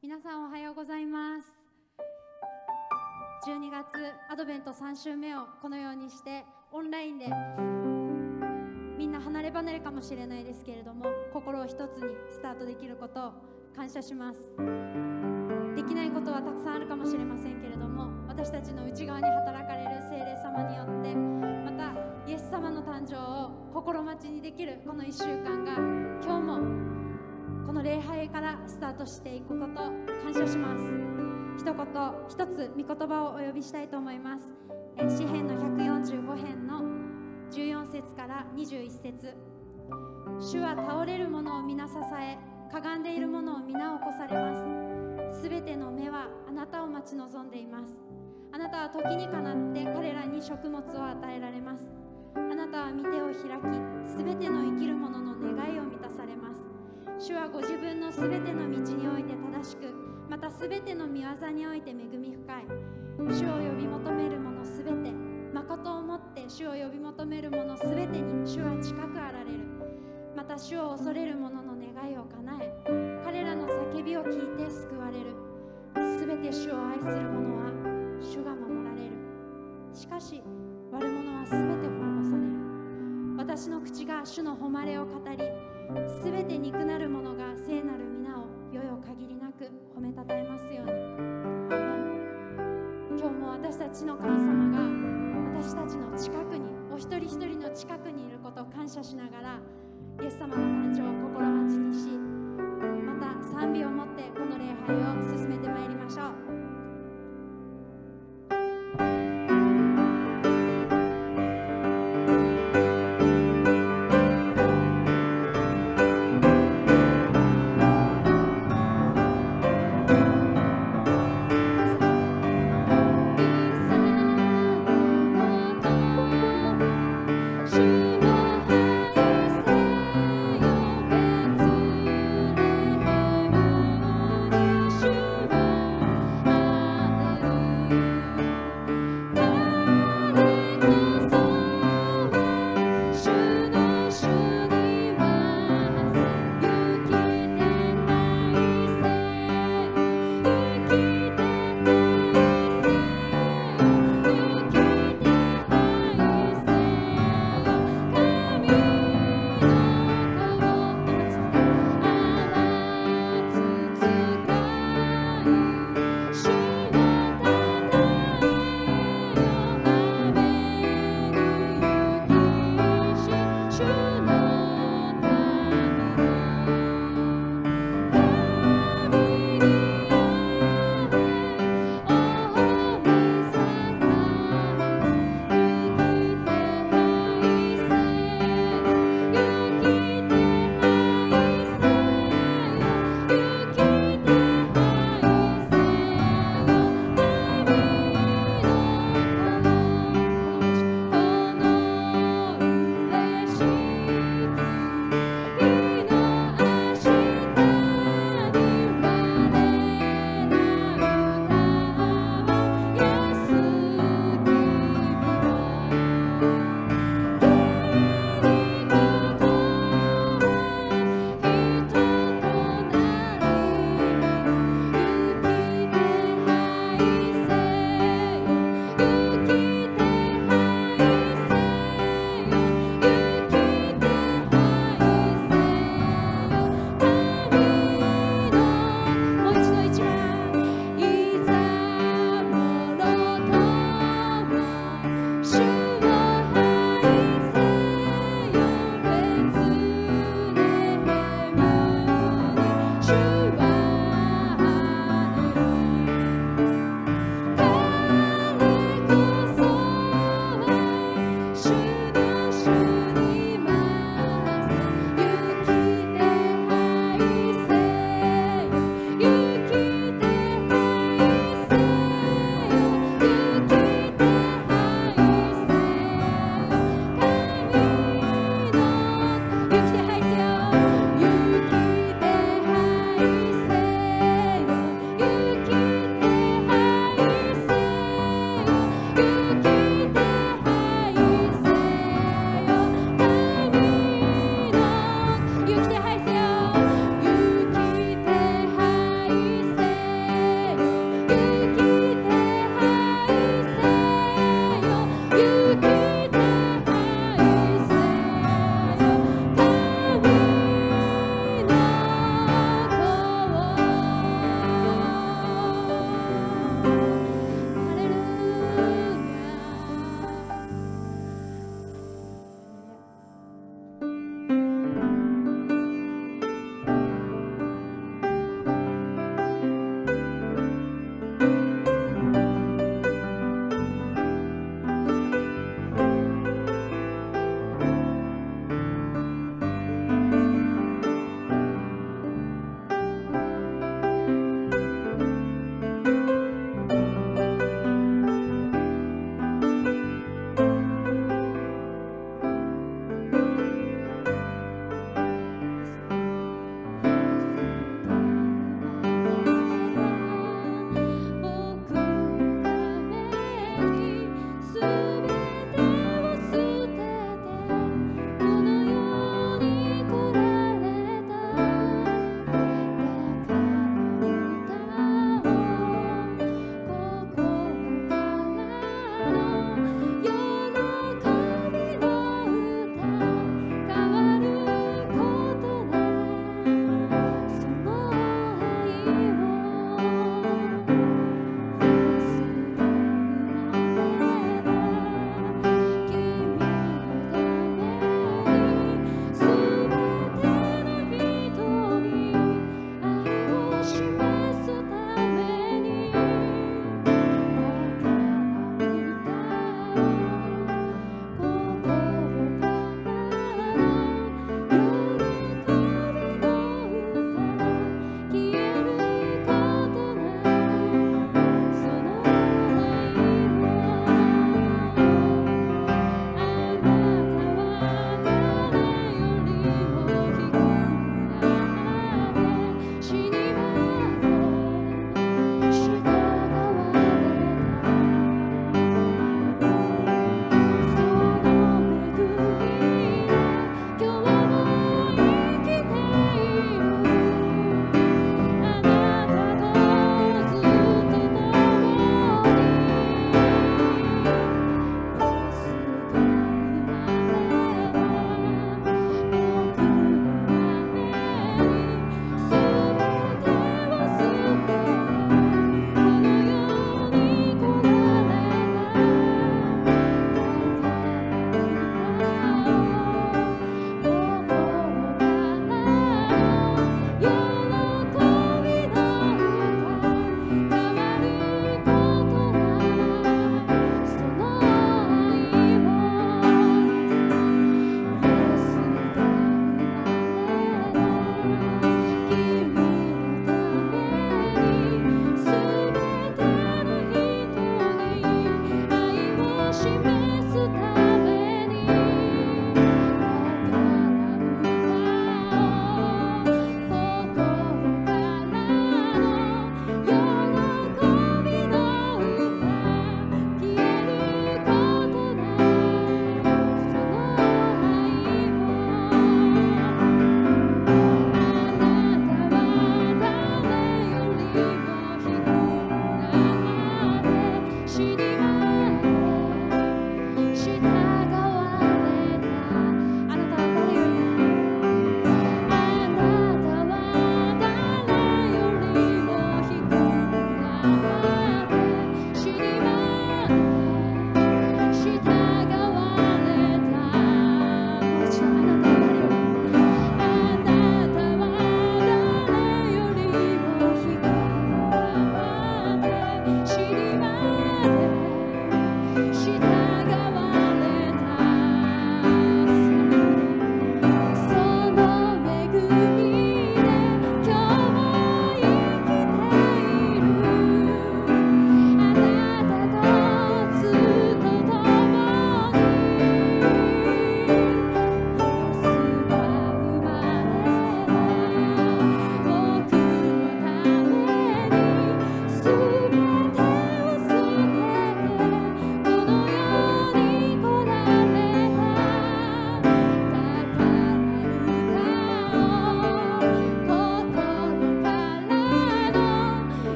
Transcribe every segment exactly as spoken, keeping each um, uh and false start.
皆さんおはようございます。じゅうにがつアドベントさん週目をこのようにしてオンラインでみんな離れ離れかもしれないですけれども、心を一つにスタートできることを感謝します。できないことはたくさんあるかもしれませんけれども、私たちの内側に働かれる聖霊様によって、またイエス様の誕生を心待ちにできるこのいっしゅうかんが、今日もこの礼拝からスタートしていくことを感謝します。一言一つ御言葉をお呼びしたいと思います。え詩編のひゃくよんじゅうご編のじゅうよん節からにじゅういち節。主は倒れる者を皆支え、かがんでいる者を皆起こされます。すべての目はあなたを待ち望んでいます。あなたは時にかなって彼らに食物を与えられます。あなたは御手を開き、すべての生きる者の願いを満たされます。主はご自分のすべての道において正しく、またすべての御業において恵み深い。主を呼び求める者すべて、誠をもって主を呼び求める者すべてに主は近くあられる。また主を恐れる者の願いを叶え、彼らの叫びを聞いて救われる。すべて主を愛する者は主が守られる。しかし悪者はすべて滅ぼされる。私の口が主の誉れを語り、すべて憎なる者が聖なる皆を世々限りなく褒めたたえますように。今日も私たちの神様が私たちの近くに、お一人一人の近くにいることを感謝しながら、イエス様の誕生を心待ちにし、また賛美をもってこの礼拝を進めてまいりましょう。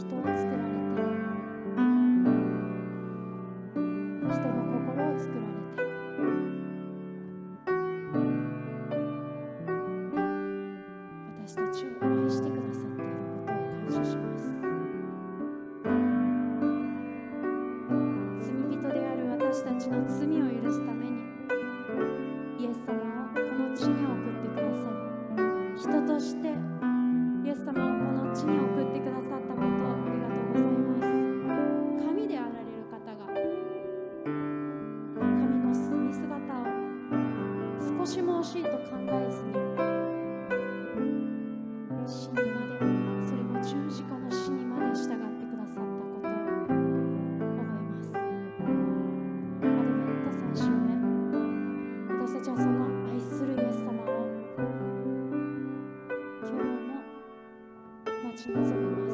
人を作られて、人の心を作られて、私たちを愛してくださっていることを感謝します。罪人である私たちの罪を許すためにイエス様をこの地に送ってくださり、人としてイエス様をこの地に送ってくださったことをありがとうございます。神であられる方が神の住み姿を少しも惜しいと考えずに死にまで、それも十字架の死にまで従ってくださったことを覚えます。アドベントさん週目、私たちはその愛するイエス様を今日も待ち望みます。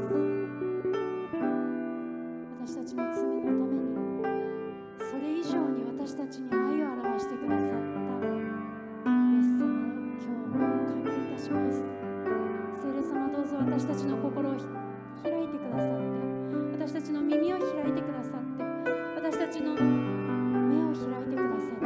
私たちの罪のためにそれ以上に私たちに愛を表してくださったイエス様を今日も歓迎いたします。聖霊様、どうぞ私たちの心を開いてくださって、私たちの耳を開いてくださって、私たちの目を開いてくださって、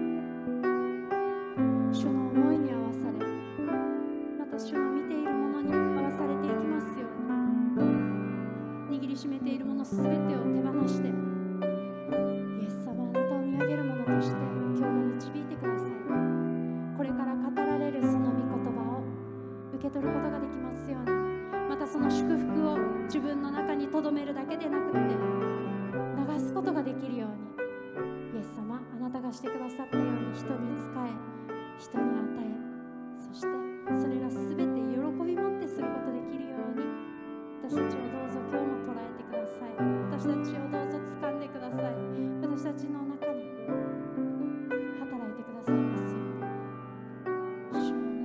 主の思いに合わされ、また主の見ているものに合わされていきますように、握りしめているものすべてを手放して、イエス様、あなたを見上げるものとして今日も導いてください。これから語られるその御言葉を受け取ることができますように、またその祝福を自分の中に留めるだけでなくって流すことができるように、イエス様、あなたがしてくださったように人に仕え、人に与え、そしてそれらすべて喜び持ってすることできるように、私たちをどうぞ今日も捉えてください。私たちをどうぞ掴んでください。私たちの中に働いてくださいますように、主をあなたの前に今日も出ていきます。どうぞあなたのこの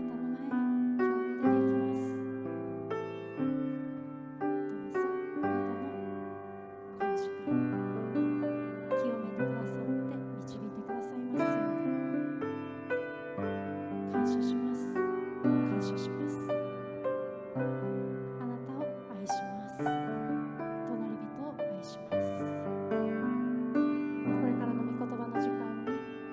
時間清めてくださって導いてくださいますように、感謝します。感謝します。あなたを愛します。隣人を愛します。これからの御言葉の時間に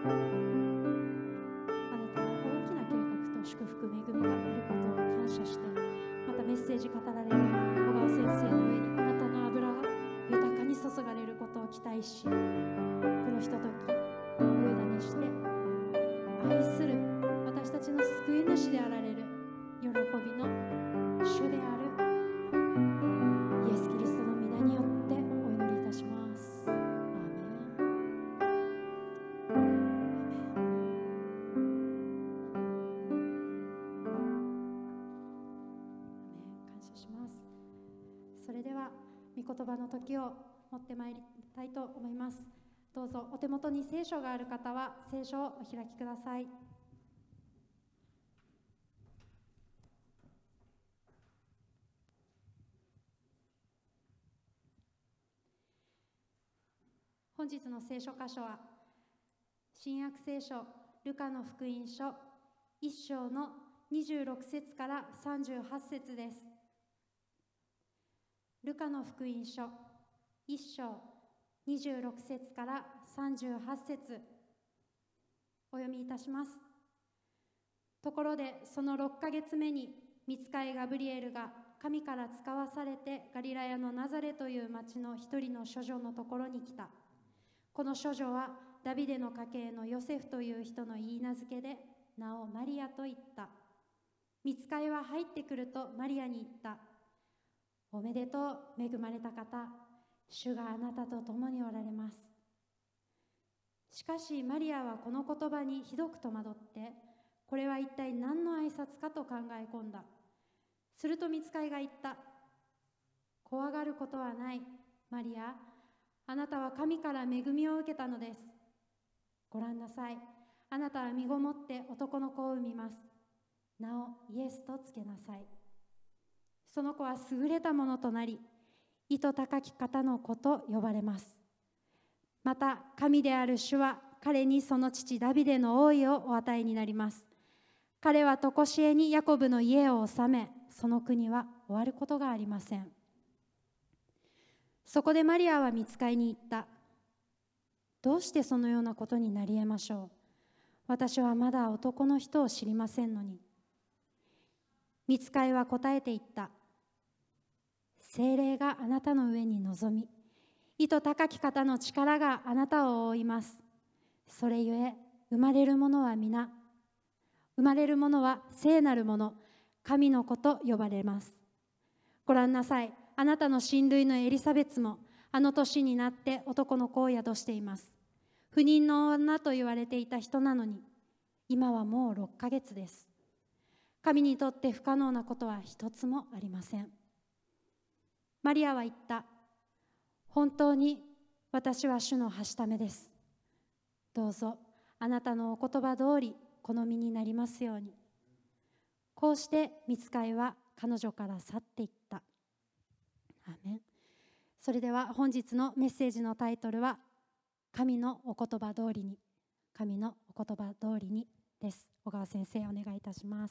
あなたの大きな計画と祝福、恵みがあることを感謝して、またメッセージ語られる小川先生の上にあなたの油が豊かに注がれることを期待し、このひとときお委ねして、愛する私たちの救い主であられる喜びの主であるイエス・キリストの皆によってお祈りいたします。アーメン。感謝します。それでは御言葉の時を持ってまいりたいと思います。どうぞお手元に聖書がある方は聖書をお開きください。本日の聖書箇所は新約聖書ルカの福音書いっ章のにじゅうろく節からさんじゅうはち節です。ルカの福音書いっ章にじゅうろく節からさんじゅうはち節お読みいたします。ところでそのろっかげつめに御使いガブリエルが神から使わされてガリラヤのナザレという町の一人の処女のところに来た。この処女はダビデの家系のヨセフという人の言い名付けで名をマリアと言った。御使いは入ってくるとマリアに言った。おめでとう、恵まれた方、主があなたと共におられます。しかしマリアはこの言葉にひどく戸惑って、これは一体何の挨拶かと考え込んだ。すると御使いが言った。怖がることはない、マリア。あなたは神から恵みを受けたのです。ご覧なさい。あなたは身ごもって男の子を産みます。名をイエスとつけなさい。その子は優れたものとなり、意図高き方の子と呼ばれます。また神である主は彼にその父ダビデの王位をお与えになります。彼はとこしえにヤコブの家を治め、その国は終わることがありません。 そこでマリアは御使いに言った。どうしてそのようなことになり得ましょう。私はまだ男の人を知りませんのに。御使いは答えて言った。聖霊があなたの上に臨み、意図高き方の力があなたを覆います。それゆえ、生まれるものは皆、生まれるものは聖なるもの、神の子と呼ばれます。ご覧なさい。あなたの親類のエリザベツも、あの年になって男の子を宿しています。不妊の女と言われていた人なのに、今はもうろっかげつです。神にとって不可能なことは一つもありません。マリアは言った。本当に私は主のはしためです。どうぞあなたのお言葉通り好みになりますように。こうして御使いは彼女から去っていった。アーメン。それでは本日のメッセージのタイトルは神のお言葉通りに、神のお言葉通りにです。小川先生、お願いいたします。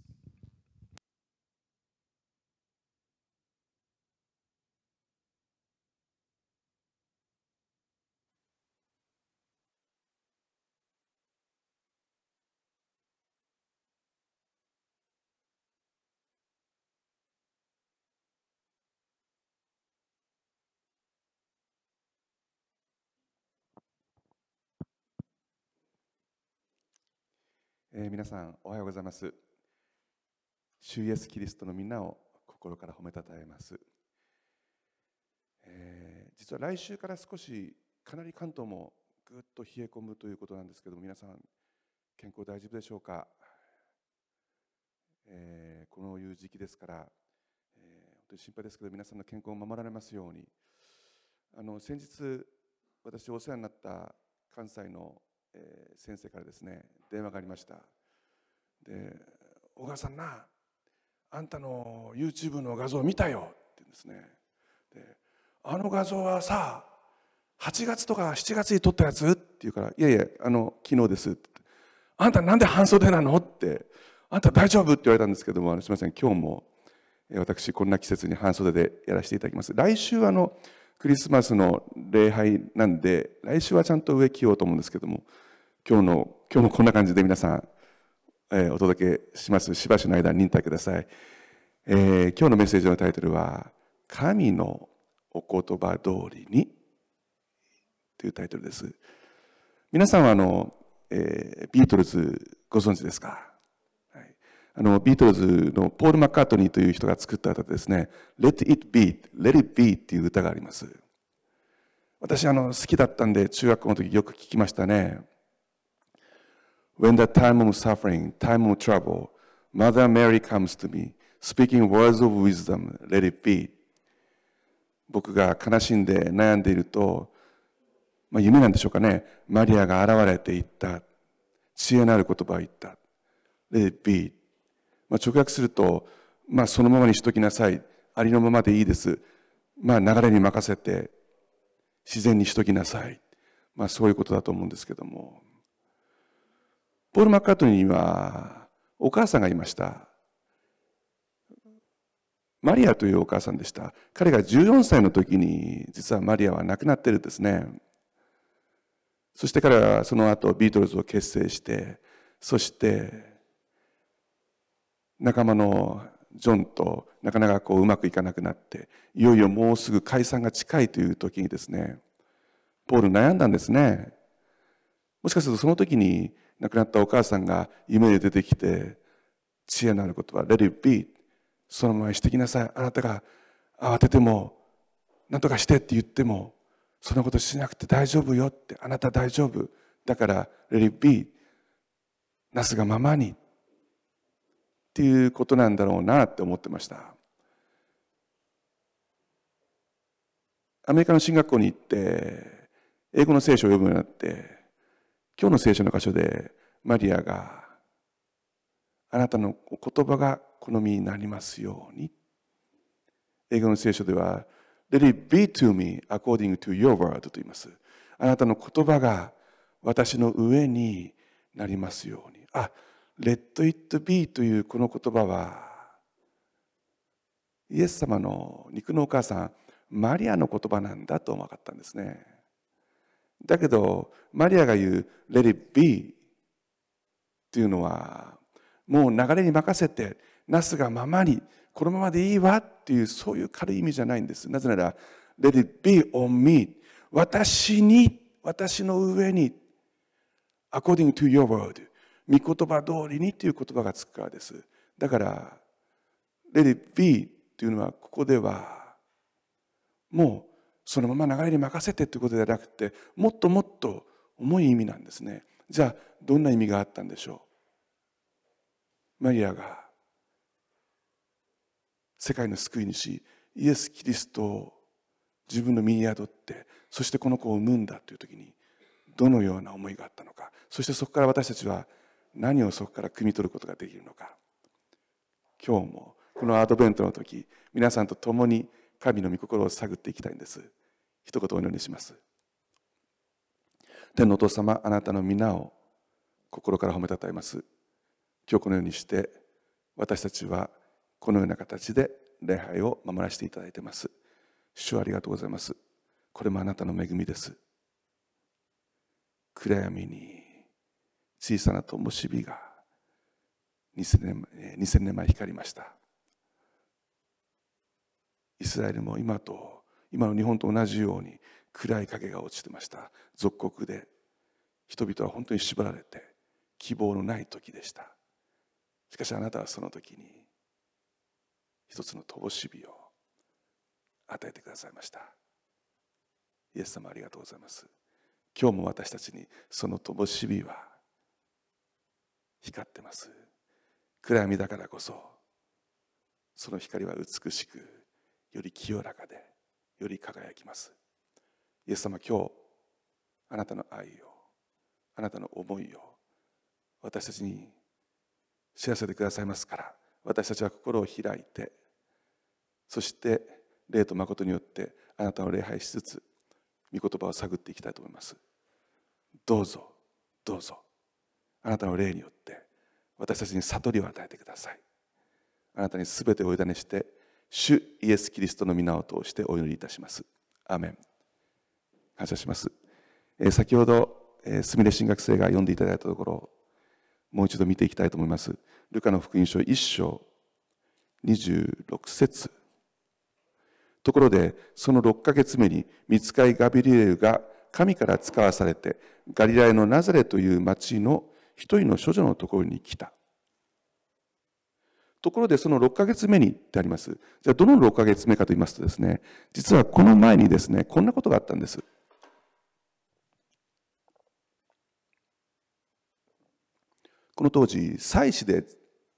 えー、皆さんおはようございます。主イエスキリストのみんなを心から褒めたたえます。えー、実は来週から少しかなり関東もぐっと冷え込むということなんですけども、皆さん健康大丈夫でしょうか。えー、このいう時期ですから、えー、本当に心配ですけど、皆さんの健康を守られますように。あの先日私お世話になった関西のえー、先生からですね、電話がありました。で、小川さんな、あんたの YouTube の画像見たよって言うんですね。で、あの画像はさ、はちがつとかしちがつに撮ったやつって言うから、いやいや、あの昨日ですって。あんたなんで半袖なのって、あんた大丈夫って言われたんですけども、あのすみません、今日も私こんな季節に半袖でやらせていただきます。来週はあのクリスマスの礼拝なんで、来週はちゃんと上着ようと思うんですけども、今日の今日もこんな感じで皆さん、えー、お届けします。しばしの間忍耐ください。えー、今日のメッセージのタイトルは神のお言葉通りにというタイトルです。皆さんはあの、えー、ビートルズご存知ですか。はい、あのビートルズのポール・マッカートニーという人が作った歌でですね、Let It Be, Let It Be っていう歌があります。私あの好きだったんで中学校の時よく聞きましたね。When the time of suffering, time of trouble, Mother Mary comes to me, speaking words of wisdom, let it be. 僕が悲しんで悩んでいると、まあ、夢なんでしょうかね、マリアが現れて言った。知恵のある言葉を言った。let it be。まあ、直訳すると、まあ、そのままにしときなさい。ありのままでいいです。まあ、流れに任せて、自然にしときなさい。まあ、そういうことだと思うんですけども。ポール・マッカートニーにはお母さんがいました。マリアというお母さんでした。彼がじゅうよんさいの時に実はマリアは亡くなってるんですね。そして彼はその後ビートルズを結成して、そして仲間のジョンとなかなかこううまくいかなくなって、いよいよもうすぐ解散が近いという時にですね、ポール悩んだんですね。もしかするとその時に亡くなったお母さんが夢で出てきて、知恵のある言葉、Let it be。そのままにしてきなさい。あなたが慌てても、何とかしてって言っても、そんなことしなくて大丈夫よって、あなた大丈夫。だから、Let it be。なすがままに。っていうことなんだろうなって思ってました。アメリカの進学校に行って、英語の聖書を読むようになって、今日の聖書の箇所でマリアがあなたの言葉が好みになりますように。英語の聖書では Let it be to me according to your word と言います。あなたの言葉が私の上になりますように。あ、Let it be というこの言葉はイエス様の肉のお母さんマリアの言葉なんだと分かったんですね。だけどマリアが言う Let it be っていうのは、もう流れに任せてなすがままにこのままでいいわっていう、そういう軽い意味じゃないんです。なぜなら Let it be on me、 私に、私の上に according to your word、 御言葉通りにという言葉がつくからです。だから Let it be というのは、ここではもうそのまま流れに任せてということではなくて、もっともっと重い意味なんですね。じゃあどんな意味があったんでしょう。マリアが世界の救い主イエス・キリストを自分の身に宿って、そしてこの子を産むんだという時にどのような思いがあったのか、そしてそこから私たちは何をそこから汲み取ることができるのか。今日もこのアドベントの時、皆さんと共に神の御心を探っていきたいんです。一言お祈りします。天のお父様、あなたの皆を心から褒めたたえます。今日このようにして私たちはこのような形で礼拝を守らせていただいています。主ありがとうございます。これもあなたの恵みです。暗闇に小さな灯火がにせんねんまえ、にせんねんまえ光りました。イスラエルも今と今の日本と同じように暗い影が落ちてました。属国で人々は本当に縛られて希望のない時でした。しかしあなたはその時に一つの灯火を与えてくださいました。イエス様ありがとうございます。今日も私たちにその灯火は光ってます。暗闇だからこそその光は美しく、より清らかで、より輝きます。イエス様、今日あなたの愛を、あなたの思いを私たちに知らせてくださいますから、私たちは心を開いて、そして霊と誠によってあなたを礼拝しつつ御言葉を探っていきたいと思います。どうぞどうぞあなたの霊によって私たちに悟りを与えてください。あなたにすべてをお委ねして主イエス・キリストの皆を通してお祈りいたします。アーメン。感謝します。えー、先ほど、えー、すみれ神学生が読んでいただいたところをもう一度見ていきたいと思います。ルカの福音書いっ章にじゅうろく節。ところでそのろっかげつめに御使いガビリエルが神から使わされてガリラヤのナザレという町の一人の処女のところに来た。ところでそのろっかげつめにってあります。じゃあどのろっかげつめかと言いますとですね、実はこの前にですね、こんなことがあったんです。この当時祭司で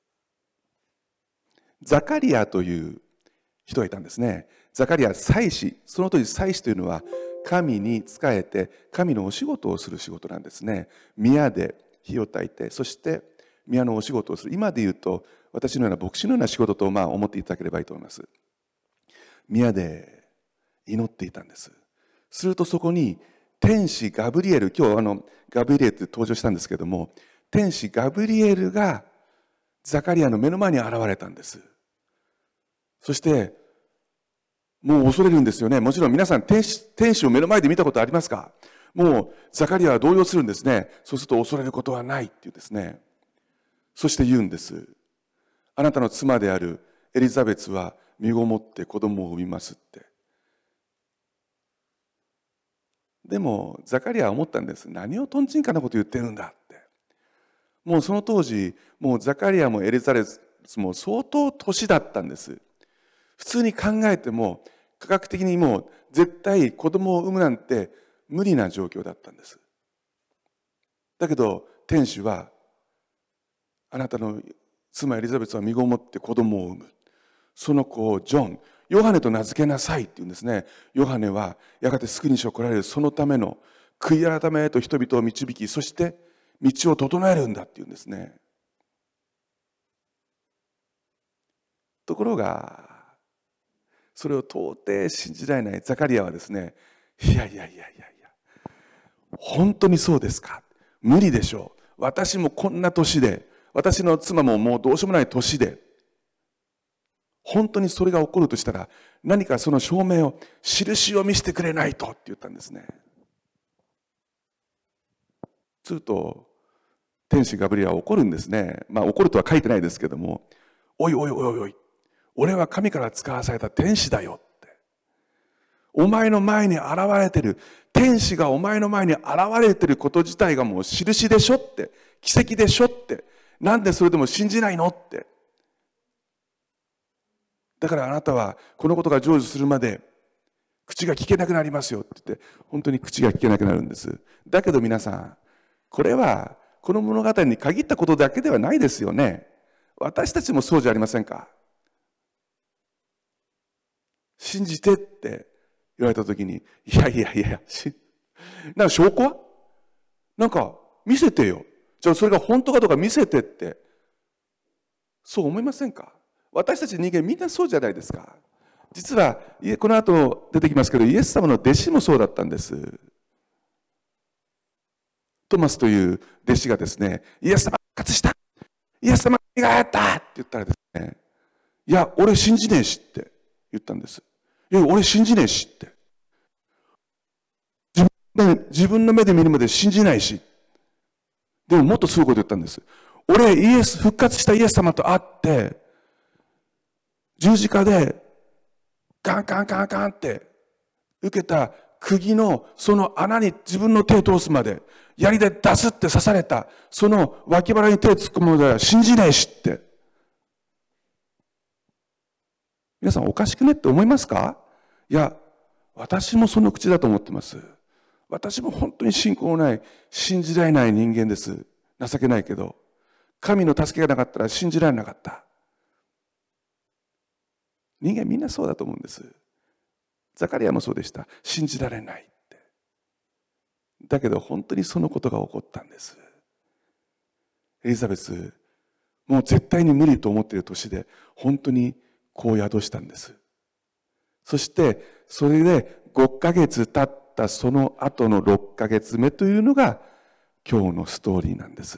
ザカリアという人がいたんですね。ザカリア祭司、その当時祭司というのは神に仕えて神のお仕事をする仕事なんですね。宮で火を焚いて、そして宮のお仕事をする。今で言うと私のような牧師のような仕事とまあ思っていただければいいと思います。宮で祈っていたんです。するとそこに天使ガブリエル、今日あのガブリエルって登場したんですけれども、天使ガブリエルがザカリアの目の前に現れたんです。そしてもう恐れるんですよね。もちろん皆さん天使、天使を目の前で見たことありますか？もうザカリアは動揺するんですね。そうすると恐れることはないっていうんですね。そして言うんです。あなたの妻であるエリザベツは身ごもって子供を産みますって。でもザカリアは思ったんです。何をとんちんかなこと言ってるんだって。もうその当時、もうザカリアもエリザベツも相当年だったんです。普通に考えても科学的にもう絶対子供を産むなんて無理な状況だったんです。だけど天使はあなたの妻エリザベスは身ごもって子供を産む。その子をジョン、ヨハネと名付けなさいって言うんですね。ヨハネはやがて救い主を来られるそのための悔い改めへと人々を導き、そして道を整えるんだって言うんですね。ところがそれを到底信じられないザカリアはですね、いやいやいやいやいや、本当にそうですか、無理でしょう、私もこんな年で、私の妻ももうどうしようもない年で、 本当にそれが起こるとしたら、何かその証明を、印を見せてくれないとって言ったんですね。すると、天使ガブリエルは怒るんですね。まあ怒るとは書いてないですけども、おいおいおいおい、俺は神から使わされた天使だよって。お前の前に現れてる、天使がお前の前に現れてること自体がもう印でしょって、奇跡でしょって、なんでそれでも信じないのって。だからあなたはこのことが成就するまで口が聞けなくなりますよって言って、本当に口が聞けなくなるんです。だけど皆さん、これはこの物語に限ったことだけではないですよね。私たちもそうじゃありませんか。信じてって言われたときに、いやいやいや、しなんか証拠はなんか見せてよ。じゃあそれが本当かどうか見せてって、そう思いませんか。私たち人間みんなそうじゃないですか。実はこの後出てきますけど、イエス様の弟子もそうだったんです。トマスという弟子がですね、イエス様復活した、イエス様がやったって言ったらですね、いや俺信じねえしって言ったんです。いや俺信じねえしって、自分で自分の目で見るまで信じないし、でももっとすごいこと言ったんです。俺イエス復活したイエス様と会って十字架でガンガンガンガンって受けた釘のその穴に自分の手を通すまで、槍でダスって刺されたその脇腹に手を突っ込むのでは信じないしって。皆さんおかしくねって思いますか。いや私もその口だと思ってます。私も本当に信仰のない、信じられない人間です。情けないけど、神の助けがなかったら信じられなかった。人間みんなそうだと思うんです。ザカリアもそうでした。信じられないって。だけど本当にそのことが起こったんです。エリザベス、もう絶対に無理と思っている年で本当に子を宿したんです。そしてそれでごかげつ経ったその後のろっかげつめというのが今日のストーリーなんです。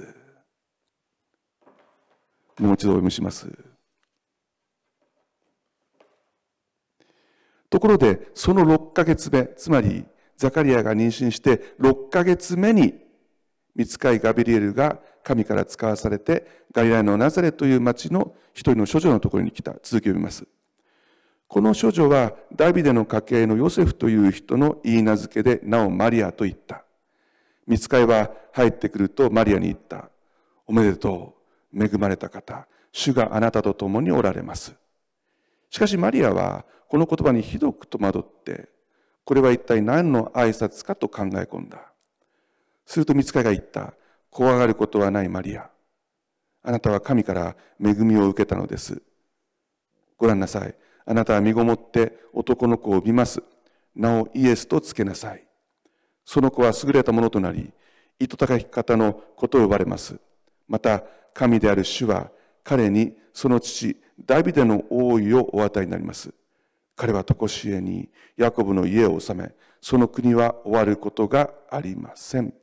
もう一度お読みします。ところでそのろっかげつめ、つまりザカリアが妊娠してろっかげつめに御使いガブリエルが神から使わされてガリラヤのナザレという町の一人の処女のところに来た。続きを読みます。この処女はダビデの家系のヨセフという人の言い名付けで名をマリアと言った。御使いは入ってくるとマリアに言った。おめでとう、恵まれた方、主があなたと共におられます。しかしマリアはこの言葉にひどく戸惑って、これは一体何の挨拶かと考え込んだ。すると御使いが言った。怖がることはないマリア。あなたは神から恵みを受けたのです。ご覧なさい。あなたは身ごもって男の子を産みます。名をイエスとつけなさい。その子は優れたものとなり、糸高き方の子と呼ばれます。また神である主は彼にその父ダビデの王位をお与えになります。彼は常しえにヤコブの家を治め、その国は終わることがありません。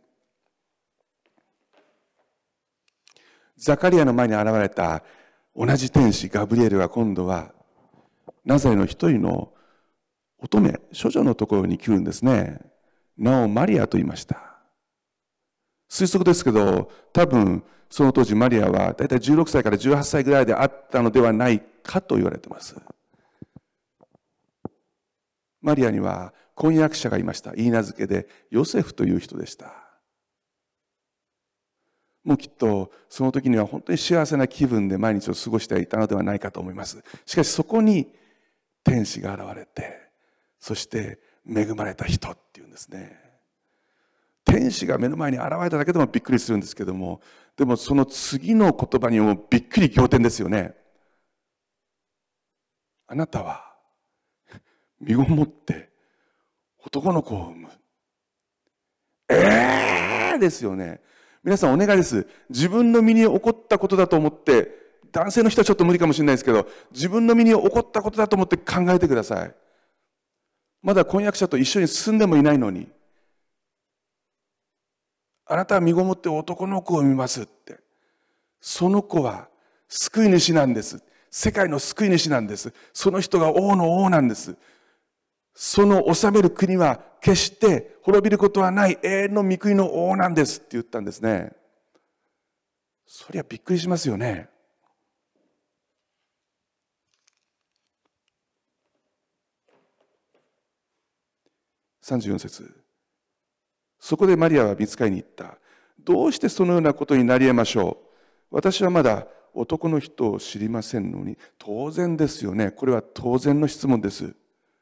ザカリアの前に現れた同じ天使ガブリエルが今度はナザレの一人の乙女、処女のところに来るんですね。名をマリアと言いました。推測ですけど、多分その当時マリアはだいたいじゅうろくさいからじゅうはっさいぐらいであったのではないかと言われています。マリアには婚約者がいました。言い名付けでヨセフという人でした。もうきっとその時には本当に幸せな気分で毎日を過ごしていたのではないかと思います。しかしそこに天使が現れて、そして恵まれた人っていうんですね。天使が目の前に現れただけでもびっくりするんですけども、でもその次の言葉にもびっくり仰天ですよね。あなたは身ごもって男の子を産む。えーですよね。皆さんお願いです。自分の身に起こったことだと思って、男性の人はちょっと無理かもしれないですけど、自分の身に起こったことだと思って考えてください。まだ婚約者と一緒に住んでもいないのに、あなたは身ごもって男の子を産みますって。その子は救い主なんです。 世界の救い主なんです。その人が王の王なんです。その治める国は決して滅びることはない永遠の御国の王なんですって言ったんですね。そりゃびっくりしますよね。さんじゅうよん節。そこでマリアは見つかりに行った。どうしてそのようなことになり得ましょう。私はまだ男の人を知りませんのに。当然ですよね。これは当然の質問です。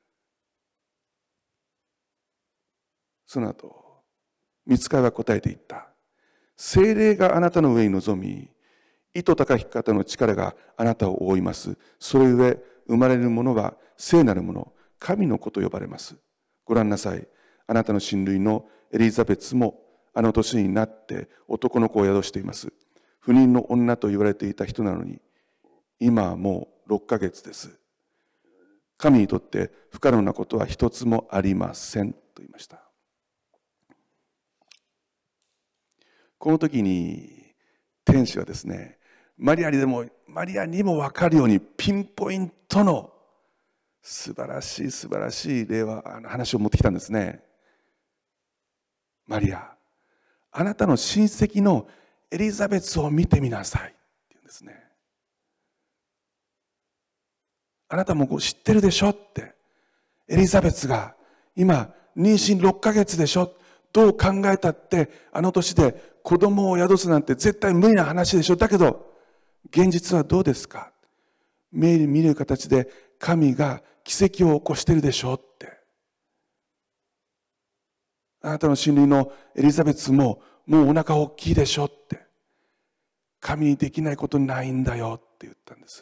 その後、見つかりは答えていった。聖霊があなたの上に臨み、糸高き方の力があなたを覆います。それゆえ、生まれるものは聖なるもの、神の子と呼ばれます。ご覧なさい。あなたの親類のエリザベツもあの年になって男の子を宿しています。不妊の女と言われていた人なのに、今はもうろっかげつです。神にとって不可能なことは一つもありませんと言いました。この時に天使はですね、マリアにでもマリアにも分かるようにピンポイントの素晴らしい素晴らしい例はあの話を持ってきたんですね。マリア、あなたの親戚のエリザベツを見てみなさいって言うんですね。あなたも知ってるでしょって。エリザベツが今妊娠ろっかげつでしょ。どう考えたってあの年で子供を宿すなんて絶対無理な話でしょ。だけど現実はどうですか。目に見る形で神が奇跡を起こしてるでしょって。あなたの親類のエリザベツももうお腹大きいでしょって。神にできないことないんだよって言ったんです。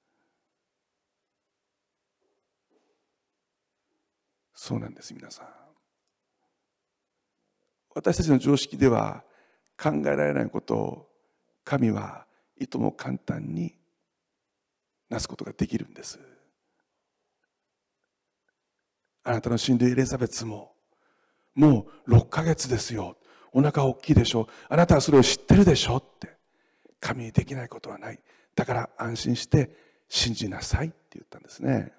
そうなんです皆さん。私たちの常識では考えられないことを神はいとも簡単になすことができるんです。あなたの親類エリザベツももうろっかげつですよ。お腹大きいでしょ。あなたはそれを知ってるでしょって。神にできないことはない。だから安心して信じなさいって言ったんですね。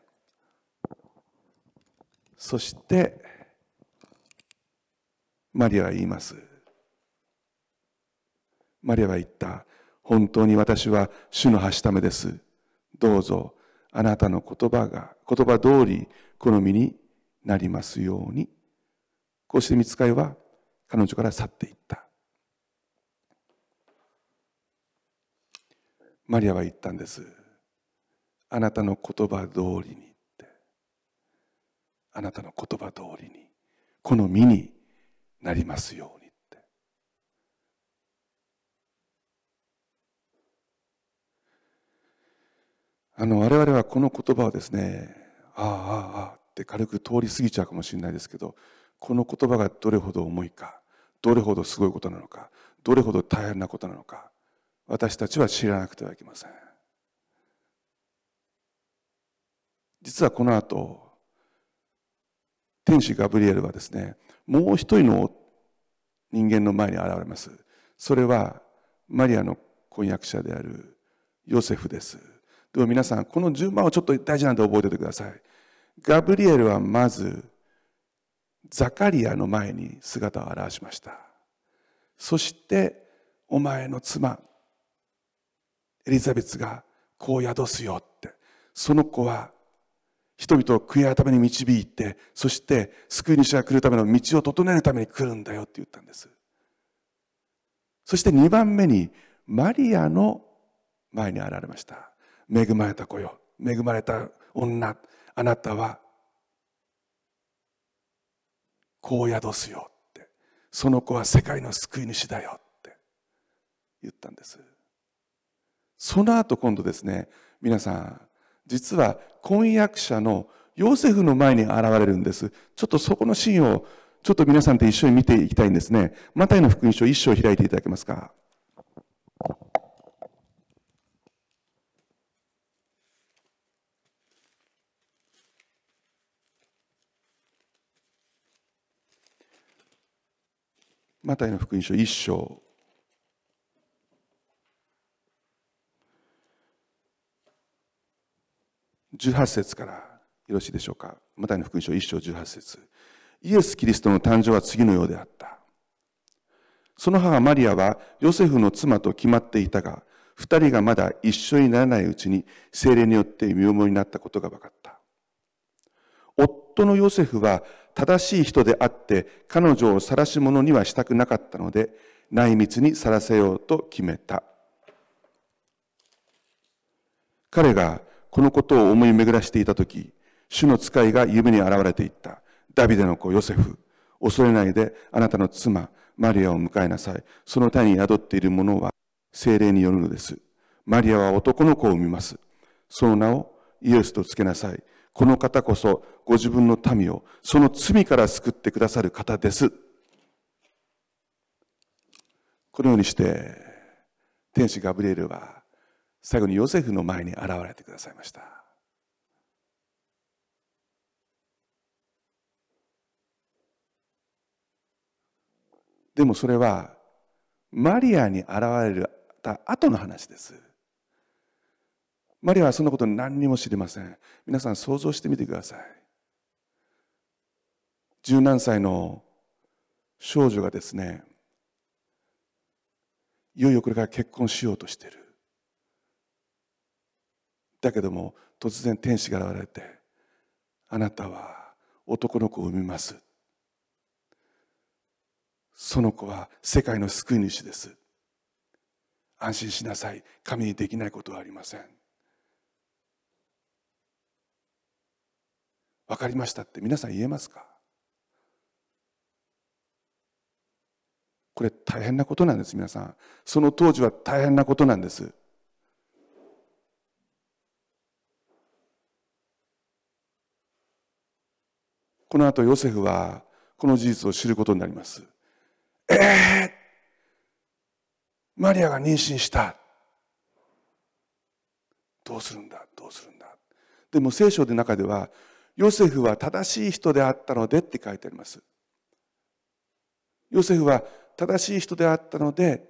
そしてマリアは言います。マリアは言った。本当に私は主のはしためです。どうぞあなたの言葉が言葉通りこの身になりますように。こうして御使いは彼女から去っていった。マリアは言ったんです。あなたの言葉通りにって。あなたの言葉通りにこの身になりますようにって。あの我々はこの言葉をですね、ああああああって軽く通り過ぎちゃうかもしれないですけど、この言葉がどれほど重いか、どれほどすごいことなのか、どれほど大変なことなのか、私たちは知らなくてはいけません。実はこの後、天使ガブリエルはですね、もう一人の人間の前に現れます。それはマリアの婚約者であるヨセフです。でも皆さん、この順番をちょっと大事なんで覚えておいてください。ガブリエルはまずザカリアの前に姿を現しました。そしてお前の妻エリザベツが子を宿すよって。その子は人々を悔い改めに導いて、そして救い主が来るための道を整えるために来るんだよって言ったんです。そしてにばんめにマリアの前に現れました。恵まれた子よ、恵まれた女、あなたは子を宿すよって。その子は世界の救い主だよって言ったんです。その後今度ですね、皆さん、実は婚約者のヨセフの前に現れるんです。ちょっとそこのシーンをちょっと皆さんと一緒に見ていきたいんですね。マタイの福音書一章開いていただけますか。マタイの福音書一章じゅうはち節からよろしいでしょうか。マタイの福音書いっ章じゅうはち節。イエス・キリストの誕生は次のようであった。その母マリアはヨセフの妻と決まっていたが、二人がまだ一緒にならないうちに聖霊によって身重になったことが分かった。夫のヨセフは正しい人であって彼女を晒し者にはしたくなかったので、内密にさらせようと決めた。彼がこのことを思い巡らしていたとき、主の使いが夢に現れていった。ダビデの子ヨセフ、恐れないであなたの妻マリアを迎えなさい。その胎に宿っているものは聖霊によるのです。マリアは男の子を産みます。その名をイエスとつけなさい。この方こそご自分の民をその罪から救ってくださる方です。このようにして天使ガブリエルは最後にヨセフの前に現れてくださいました。でもそれはマリアに現れた後の話です。マリアはそんなこと何にも知りません。皆さん想像してみてください。十何歳の少女がですね、いよいよこれから結婚しようとしている。だけども突然天使が現れて、あなたは男の子を産みます。その子は世界の救い主です。安心しなさい。神にできないことはありません。わかりましたって皆さん言えますか？これ大変なことなんです、皆さん。その当時は大変なことなんです。この後ヨセフはこの事実を知ることになります。ええー、マリアが妊娠した。どうするんだどうするんだ。でも聖書の中ではヨセフは正しい人であったのでって書いてあります。ヨセフは正しい人であったので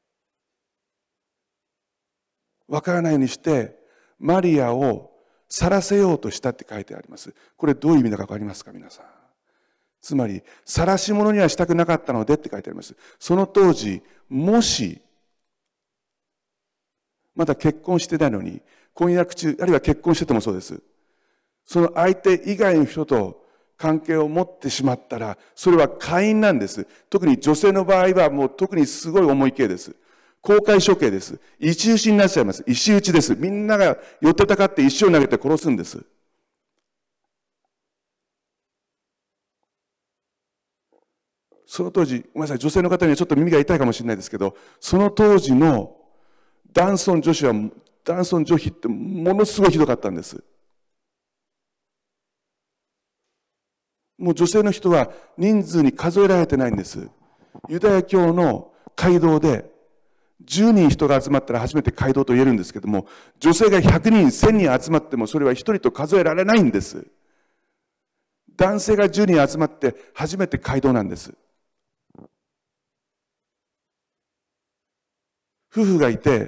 分からないようにしてマリアを晒せようとしたって書いてあります。これどういう意味だか分かりますか皆さん。つまり晒し者にはしたくなかったのでって書いてあります。その当時もしまだ結婚してないのに婚約中あるいは結婚しててもそうです。その相手以外の人と関係を持ってしまったらそれは姦淫なんです。特に女性の場合はもう特にすごい重い刑です。公開処刑です。石打ちになっちゃいます。石打ちです。みんなが寄ってたかって石を投げて殺すんです。その当時、ごめんなさい、女性の方にはちょっと耳が痛いかもしれないですけど、その当時の男尊女子は男尊女卑ってものすごいひどかったんです。もう女性の人は人数に数えられてないんです。ユダヤ教の街道でじゅうにん人が集まったら初めて街道と言えるんですけども、女性がひゃくにん、せんにん集まってもそれはひとりと数えられないんです。男性がじゅうにん集まって初めて街道なんです。夫婦がいて、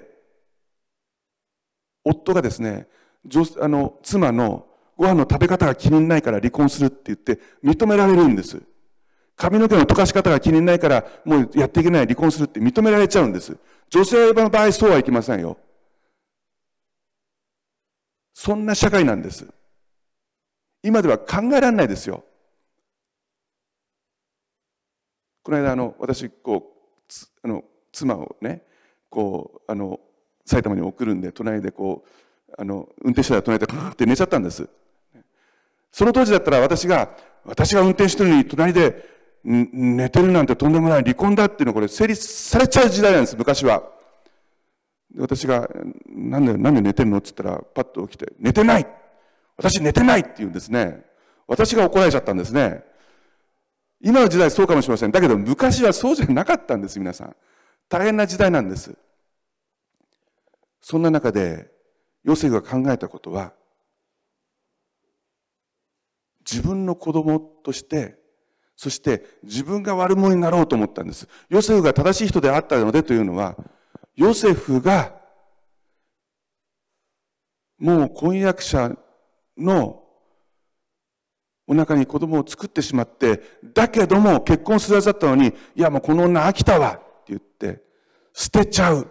夫がですね、女あの妻のご飯の食べ方が気にないから離婚するって言って認められるんです。髪の毛の溶かし方が気にないからもうやっていけない離婚するって認められちゃうんです。女性の場合そうはいきませんよ。そんな社会なんです。今では考えられないですよ。この間あの私こうあの妻をねこうあの埼玉に送るんで隣でこうあの運転してたら隣でカーって寝ちゃったんです。その当時だったら私が私が運転してるのに隣で寝てるなんてとんでもない離婚だっていうのこれ成立されちゃう時代なんです昔は。で私がなんでなんで寝てるのって言ったらパッと起きて寝てない私寝てないって言うんですね。私が怒られちゃったんですね。今の時代そうかもしれません。だけど昔はそうじゃなかったんです。皆さん大変な時代なんです。そんな中でヨセフが考えたことは自分の子供としてそして自分が悪者になろうと思ったんです。ヨセフが正しい人であったのでというのはヨセフがもう婚約者のお腹に子供を作ってしまって、だけども結婚するはずだったのに、いやもうこの女飽きたわって言って捨てちゃう。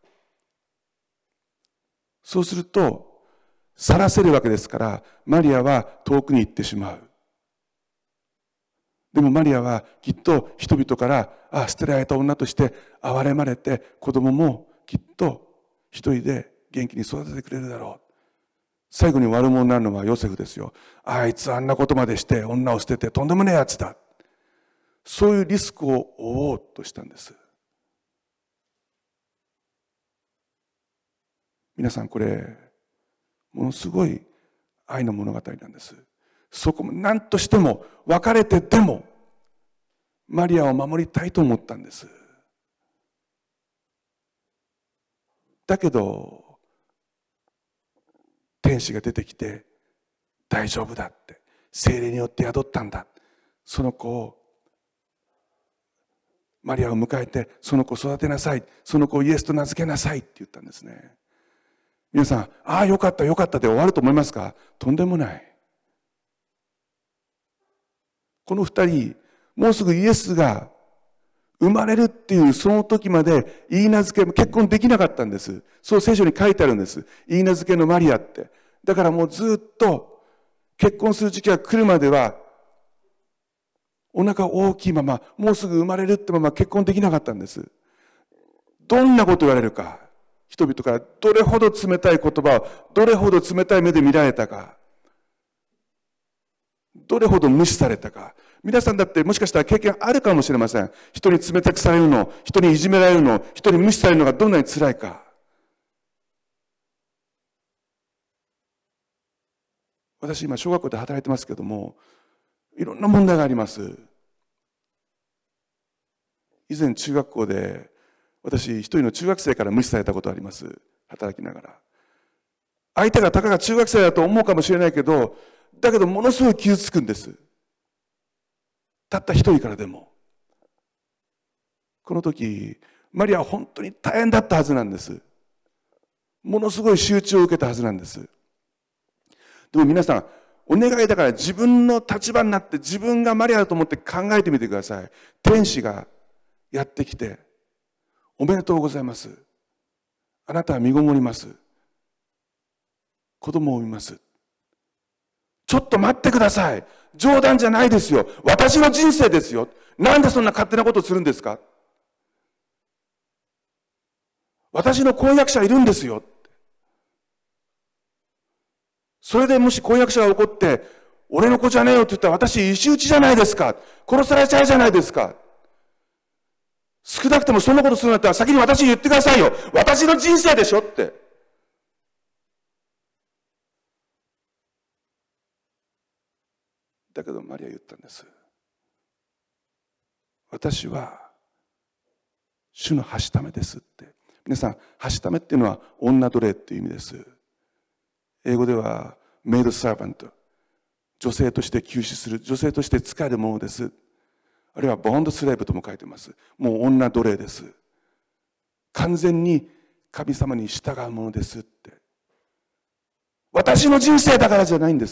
そうすると晒せるわけですから、マリアは遠くに行ってしまう。でもマリアはきっと人々から、あ、捨てられた女として憐れまれて、子供もきっと一人で元気に育ててくれるだろう。最後に悪者になるのはヨセフですよ。あいつあんなことまでして女を捨ててとんでもねえやつだ。そういうリスクを負おうとしたんです。皆さん、これものすごい愛の物語なんです。そこも何としても別れてでもマリアを守りたいと思ったんです。だけど天使が出てきて、大丈夫だって、聖霊によって宿ったんだ、その子をマリアを迎えてその子を育てなさい、その子をイエスと名付けなさいって言ったんですね。皆さん、ああよかったよかったで終わると思いますか？とんでもない。この二人、もうすぐイエスが生まれるっていうその時まで言い名付け、結婚できなかったんです。そう聖書に書いてあるんです。言い名付けのマリアって。だからもうずっと結婚する時期が来るまではお腹大きいまま、もうすぐ生まれるってまま結婚できなかったんです。どんなこと言われるか、人々からどれほど冷たい言葉を、どれほど冷たい目で見られたか、どれほど無視されたか。皆さんだってもしかしたら経験あるかもしれません。人に冷たくされるの、人にいじめられるの、人に無視されるのがどんなに辛いか。私今小学校で働いてますけども、いろんな問題があります。以前中学校で私一人の中学生から無視されたことがあります。働きながら。相手がたかが中学生だと思うかもしれないけど、だけどものすごい傷つくんです。たった一人からでも。この時マリアは本当に大変だったはずなんです。ものすごい仕打ちを受けたはずなんです。でも皆さん、お願いだから自分の立場になって、自分がマリアだと思って考えてみてください。天使がやってきて、おめでとうございます、あなたは身ごもります、子供を産みます。ちょっと待ってください、冗談じゃないですよ、私の人生ですよ、なんでそんな勝手なことをするんですか、私の婚約者いるんですよ。それでもし婚約者が怒って、俺の子じゃねえよって言ったら、私石打ちじゃないですか、殺されちゃうじゃないですか。少なくともそんなことするんだったら先に私に言ってくださいよ、私の人生でしょって。だけどマリア言ったんです。私は主のはしためですって。皆さん、はしためっていうのは女奴隷っていう意味です。英語ではメイドサーバント、女性として休止する、女性として使えるものです。あるいはボンドスレーブとも書いてます。もう女奴隷です。完全に神様に従うものですって。私の人生だからじゃないんです。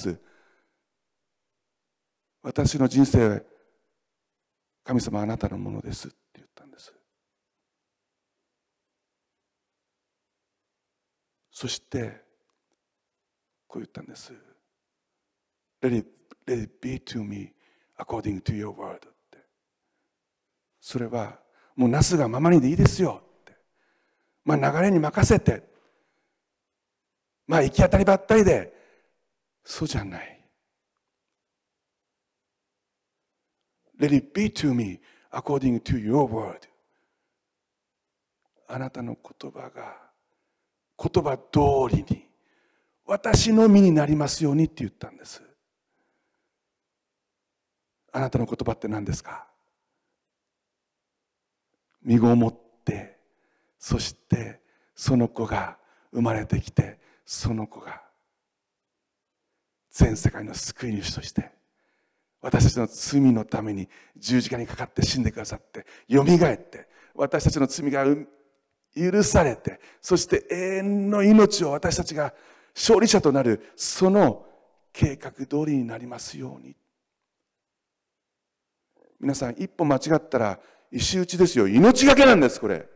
私の人生、神様あなたのものですって言ったんです。そしてこう言ったんです。 Let it, let it be to me according to your word って。それはもうなすがままにでいいですよって。まあ流れに任せて、まあ行き当たりばったりで、そうじゃない。Let it be to me according to your word。 あなたの言葉が言葉通りに私の身になりますようにって言ったんです。あなたの言葉って何ですか？身ごもって、そしてその子が生まれてきて、その子が全世界の救い主として私たちの罪のために十字架にかかって死んでくださって、よみがえって、私たちの罪が許されて、そして永遠の命を私たちが勝利者となる、その計画通りになりますように。皆さん、一歩間違ったら石打ちですよ。命がけなんです、これ。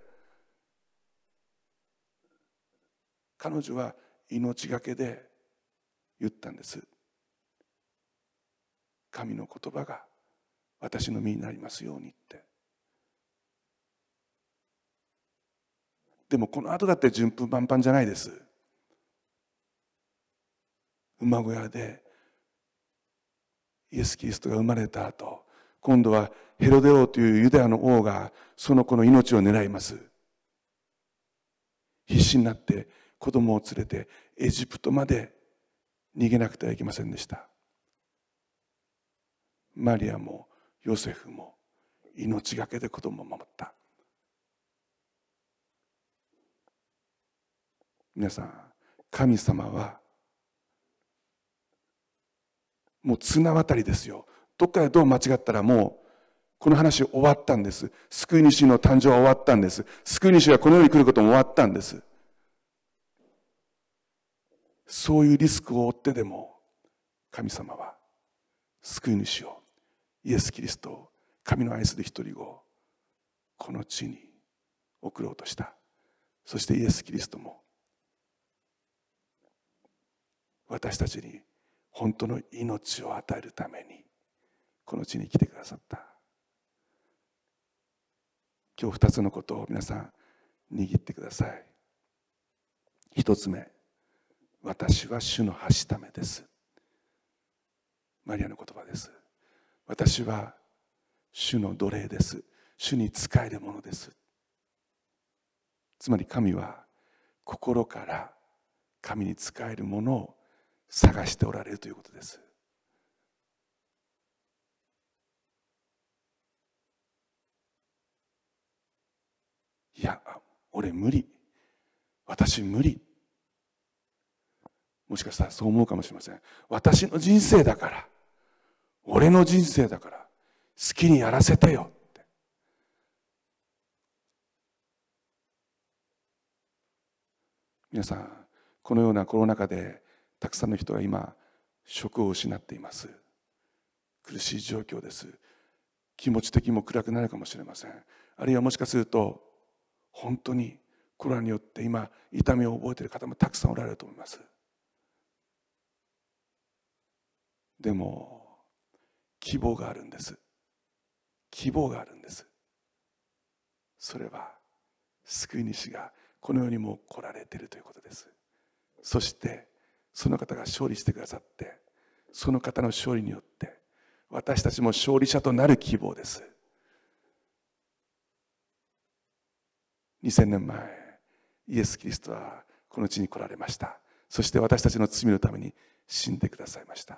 彼女は命がけで言ったんです。神の言葉が私の身になりますようにって。でもこの後だって順風満帆じゃないです。馬小屋でイエス・キリストが生まれた後、今度はヘロデ王というユダヤの王がその子の命を狙います。必死になって子供を連れてエジプトまで逃げなくてはいけませんでした。マリアもヨセフも命がけで子供を守った。皆さん、神様はもう綱渡りですよ。どっかでどう間違ったらもうこの話終わったんです。救い主の誕生は終わったんです。救い主がこの世に来ることも終わったんです。そういうリスクを負ってでも神様は救い主をイエス・キリストを、神の愛する一人子をこの地に送ろうとした。そしてイエス・キリストも私たちに本当の命を与えるためにこの地に来てくださった。今日二つのことを皆さん握ってください。一つ目、私は主のはしためです。マリアの言葉です。私は主の奴隷です。主に仕えるものです。つまり神は心から神に仕えるものを探しておられるということです。いや、俺無理。私無理。もしかしたらそう思うかもしれません。私の人生だから、俺の人生だから、好きにやらせてよって。皆さん、このようなコロナ禍でたくさんの人が今職を失っています。苦しい状況です。気持ち的にも暗くなるかもしれません。あるいはもしかすると本当にコロナによって今痛みを覚えている方もたくさんおられると思います。でも希望があるんです。希望があるんです。それは救い主がこの世にも来られているということです。そしてその方が勝利してくださって、その方の勝利によって私たちも勝利者となる希望です。にせんねんまえ、イエス・キリストはこの地に来られました。そして私たちの罪のために死んでくださいました。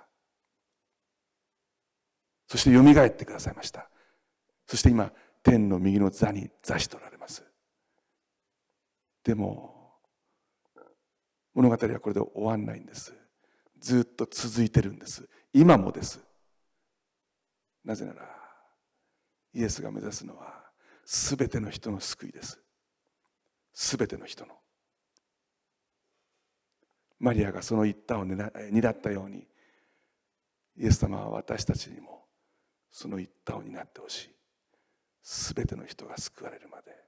そしてよみがえってくださいました。そして今天の右の座に座しておられます。でも物語はこれで終わんないんです。ずっと続いてるんです。今もです。なぜならイエスが目指すのはすべての人の救いです。すべての人の。マリアがその一端を担ったように、イエス様は私たちにもその一端を担ってほしい。すべての人が救われるまで。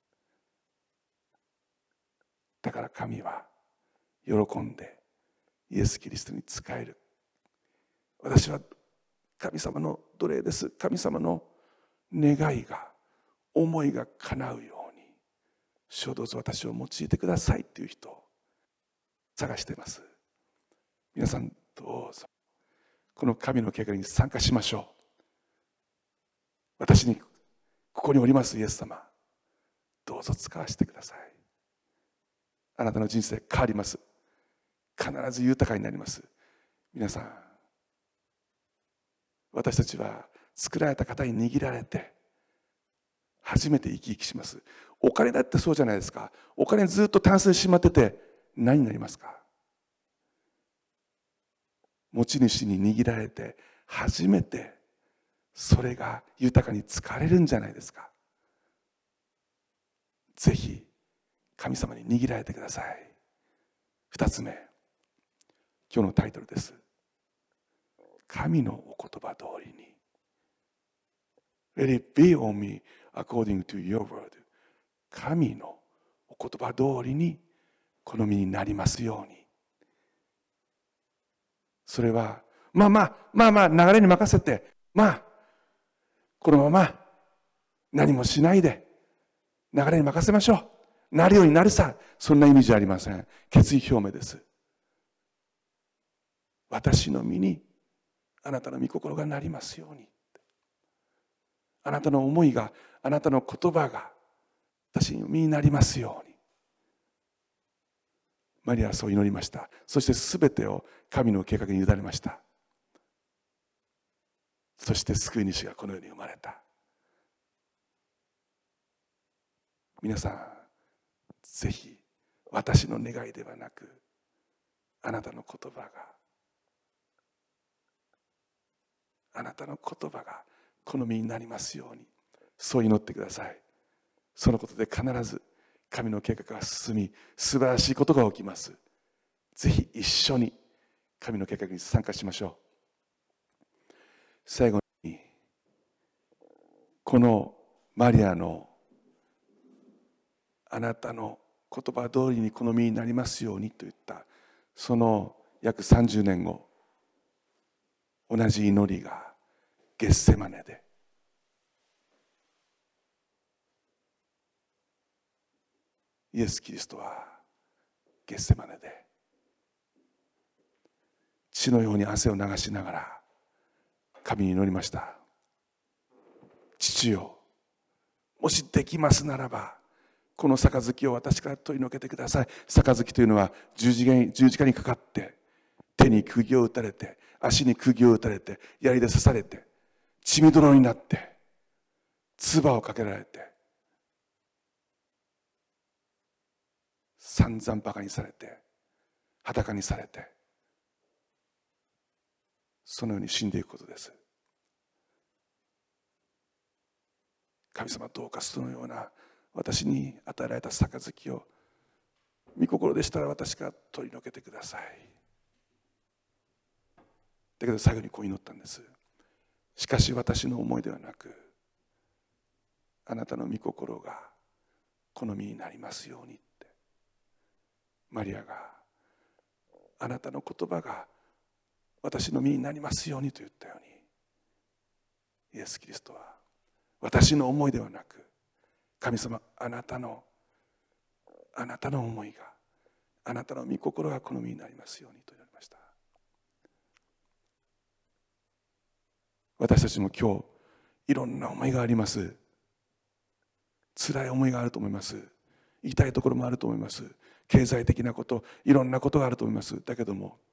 だから神は喜んでイエス・キリストに仕える。私は神様の奴隷です。神様の願いが、思いが叶うように、主をどうぞ私を用いてくださいっていう人を探しています。皆さんどうぞこの神の計画に参加しましょう。私にここにおりますイエス様、どうぞ使わせてください。あなたの人生変わります。必ず豊かになります。皆さん、私たちは作られた方に握られて初めて生き生きします。お金だってそうじゃないですか。お金ずっとタンスにしまってて何になりますか。持ち主に握られて初めてそれが豊かに使われるんじゃないですか。ぜひ神様に握られてください。二つ目、今日のタイトルです。 神のお言葉通りに。Let it be on me according to your word. 神のお言葉通りにこの身になりますように。それは、まあまあ、まあまあ、流れに任せて、まあ、このまま何もしないで、流れに任せましょう。なるようになるさ。そんな意味じゃありません。決意表明です。私の身にあなたの御心がなりますように。あなたの思いが、あなたの言葉が私の身になりますように。マリアはそう祈りました。そしてすべてを神の計画に委ねました。そして救い主がこの世に生まれた。皆さん、ぜひ私の願いではなく、あなたの言葉が、あなたの言葉がこの身になりますように、そう祈ってください。そのことで必ず神の計画が進み、素晴らしいことが起きます。ぜひ一緒に神の計画に参加しましょう。最後に、このマリアのあなたの言葉通りにこの身になりますようにと言ったその約さんじゅうねんご、同じ祈りがゲッセマネで、イエス・キリストはゲッセマネで血のように汗を流しながら神に祈りました。父よ、もしできますならばこの杯を私から取り除けてください。杯というのは十字架に、十字架にかかって手に釘を打たれて、足に釘を打たれて、槍で刺されて、血みどろになって唾をかけられて、散々バカにされて、裸にされて、そのように死んでいくことです。神様、どうかそのような私に与えられた杯を御心でしたら私から取り除けてください。だけど最後にこう祈ったんです。しかし私の思いではなく、あなたの御心が好みになりますようにって。マリアがあなたの言葉が私の身になりますようにと言ったように、イエス・キリストは私の思いではなく、神様、あなたのあなたの思いが、あなたの御心が好みになりますようにと祈りました。私たちも今日いろんな思いがあります。辛い思いがあると思います。痛いところもあると思います。経済的なこと、いろんなことがあると思います。だけども、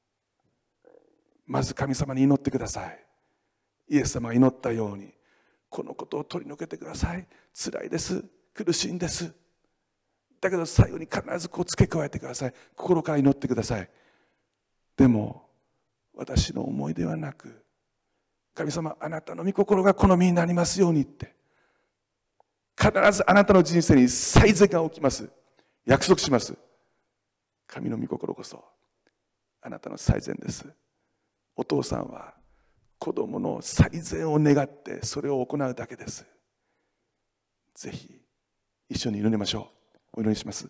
まず神様に祈ってください。イエス様が祈ったように、このことを取り除けてください。辛いです。苦しいんです。だけど最後に必ずこう付け加えてください。心から祈ってください。でも私の思いではなく、神様、あなたの御心が好みになりますようにって、必ずあなたの人生に最善が起きます。約束します。神の御心こそあなたの最善です。お父さんは子供の最善を願ってそれを行うだけです。ぜひ一緒に祈りましょう。お祈りします。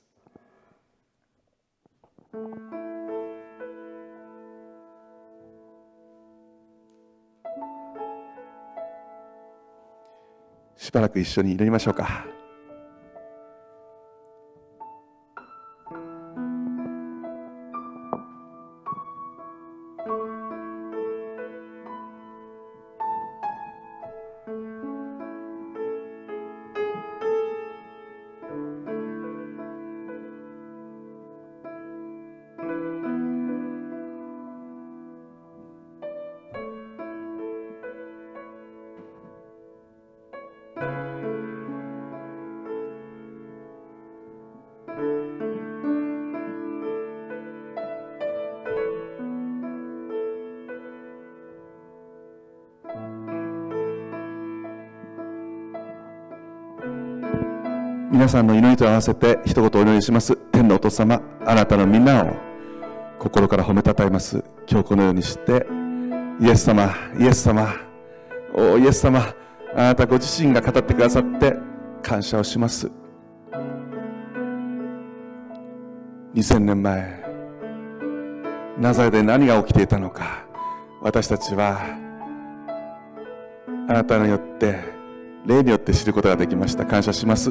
しばらく一緒に祈りましょうか。皆さんの祈りと合わせて一言お祈りします。天のお父様、あなたのみんなを心から褒めたたえます。今日このようにしてイエス様、イエス様、おイエス様、あなたご自身が語ってくださって感謝をします。にせんねんまえ、ナザレで何が起きていたのか、私たちはあなたによって霊によって知ることができました。感謝します。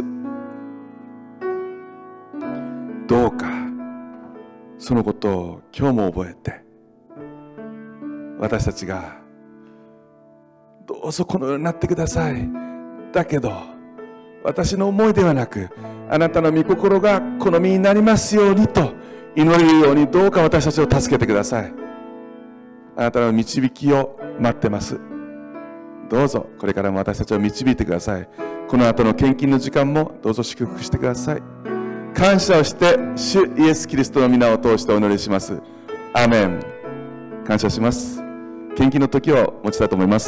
どうかそのことを今日も覚えて、私たちがどうぞこのようになってください、だけど私の思いではなくあなたの御心がこの身になりますようにと祈れるように、どうか私たちを助けてください。あなたの導きを待ってます。どうぞこれからも私たちを導いてください。この後の献金の時間もどうぞ祝福してください。感謝をして主イエスキリストの皆を通してお祈りします。アーメン。感謝します。献金の時を持ちたいと思います。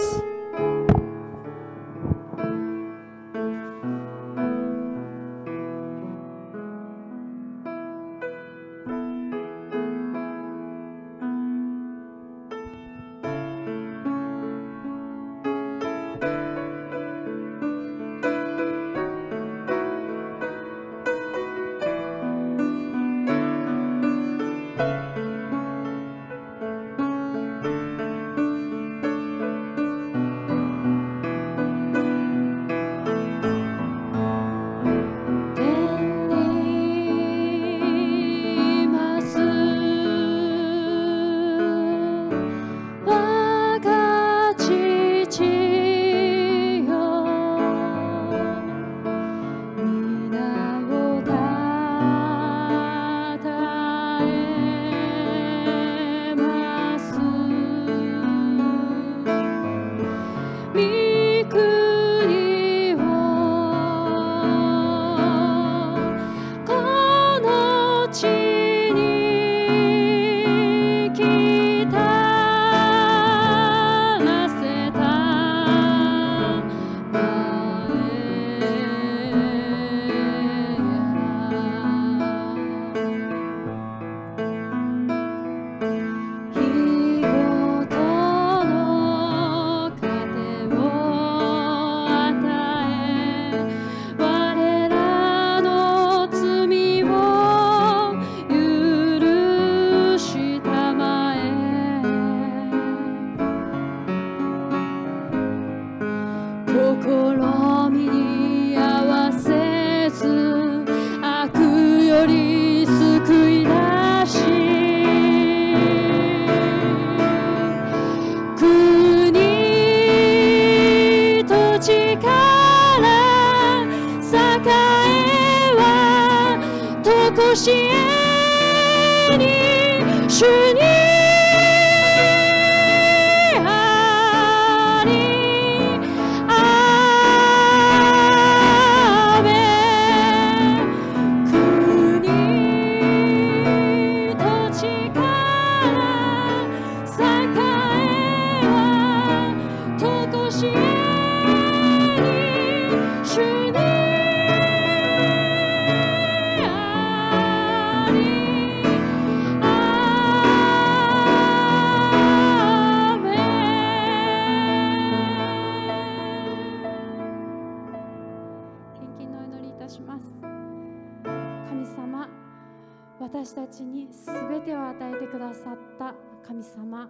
私たちにすべてを与えてくださった神様、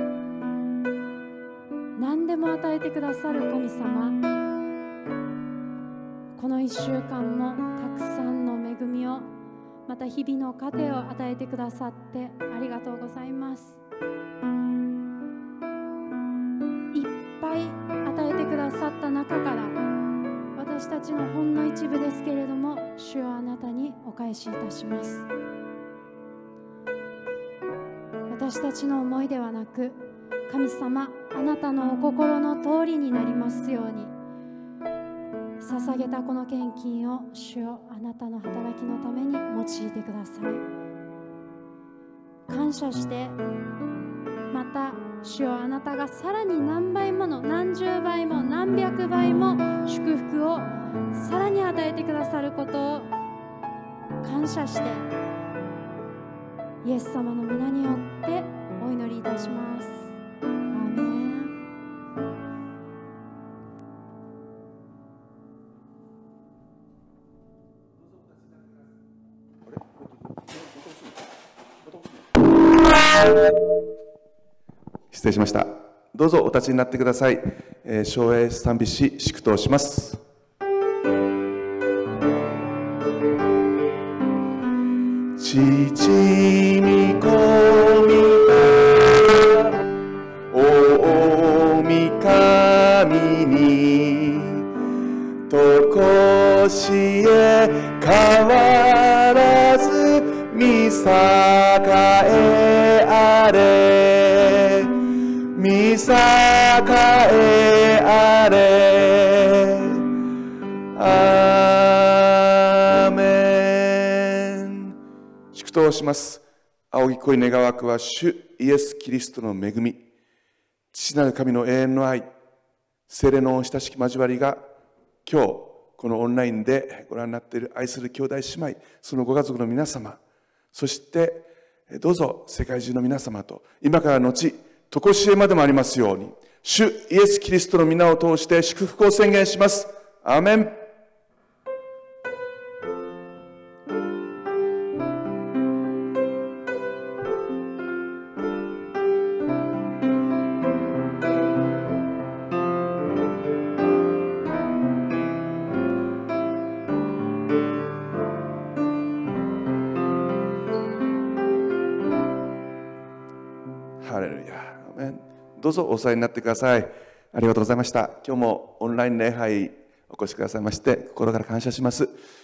何でも与えてくださる神様、このいっしゅうかんもたくさんの恵みを、また日々の糧を与えてくださってありがとうございます。いっぱい与えてくださった中から、私たちのほんの一部ですけれども、主よあなたにお返しいたします。私たちの思いではなく、神様あなたのお心の通りになりますように、捧げたこの献金を主よあなたの働きのために用いてください。感謝して、また主よあなたがさらに何倍もの何十倍も何百倍も祝福をさらに与えてくださることを感謝して、イエス様の皆によってお祈りいたします。アーメン。 失礼しました。どうぞお立ちになってください。えー、唱詠賛美し祝祷します。父御子御大神にとこしえ変わらず見栄えあれ見栄えあれアーメン。祝祷します。仰ぎ恋願わくは主イエス・キリストの恵み、父なる神の永遠の愛、聖霊の親しき交わりが今日このオンラインでご覧になっている愛する兄弟姉妹、そのご家族の皆様、そしてどうぞ世界中の皆様と今から後とこしえまでもありますように、主イエス・キリストの皆を通して祝福を宣言します。アーメン。ハレルヤ。アーメン。どうぞお座りになってください。ありがとうございました。今日もオンライン礼拝お越しくださいまして心から感謝します。